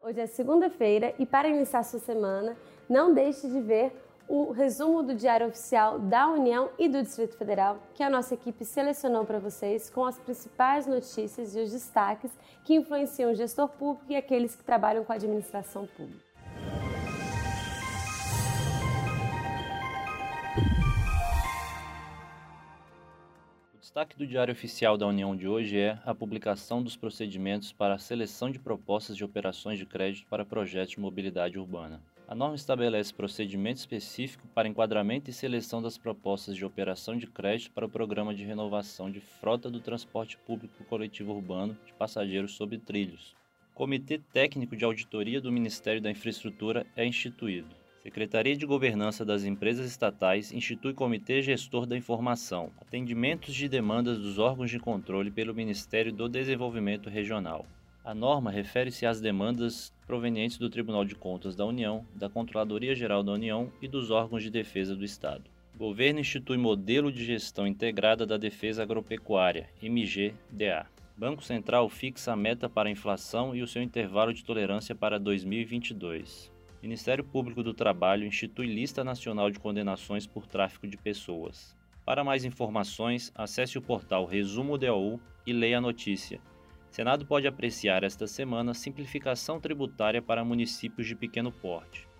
Hoje é segunda-feira e para iniciar sua semana, não deixe de ver o resumo do Diário Oficial da União e do Distrito Federal, que a nossa equipe selecionou para vocês com as principais notícias e os destaques que influenciam o gestor público e aqueles que trabalham com a administração pública. O destaque do Diário Oficial da União de hoje é a publicação dos procedimentos para a seleção de propostas de operações de crédito para projetos de mobilidade urbana. A norma estabelece procedimento específico para enquadramento e seleção das propostas de operação de crédito para o Programa de Renovação de Frota do Transporte Público Coletivo Urbano de Passageiros sobre Trilhos. Comitê Técnico de Auditoria do Ministério da Infraestrutura é instituído. Secretaria de Governança das Empresas Estatais institui Comitê Gestor da Informação. Atendimentos de demandas dos órgãos de controle pelo Ministério do Desenvolvimento Regional. A norma refere-se às demandas provenientes do Tribunal de Contas da União, da Controladoria Geral da União e dos órgãos de defesa do Estado. O governo institui Modelo de Gestão Integrada da Defesa Agropecuária, MGDA. Banco Central fixa a meta para a inflação e o seu intervalo de tolerância para 2022. Ministério Público do Trabalho institui Lista Nacional de Condenações por Tráfico de Pessoas. Para mais informações, acesse o portal Resumo DOU e leia a notícia. Senado pode apreciar esta semana simplificação tributária para municípios de pequeno porte.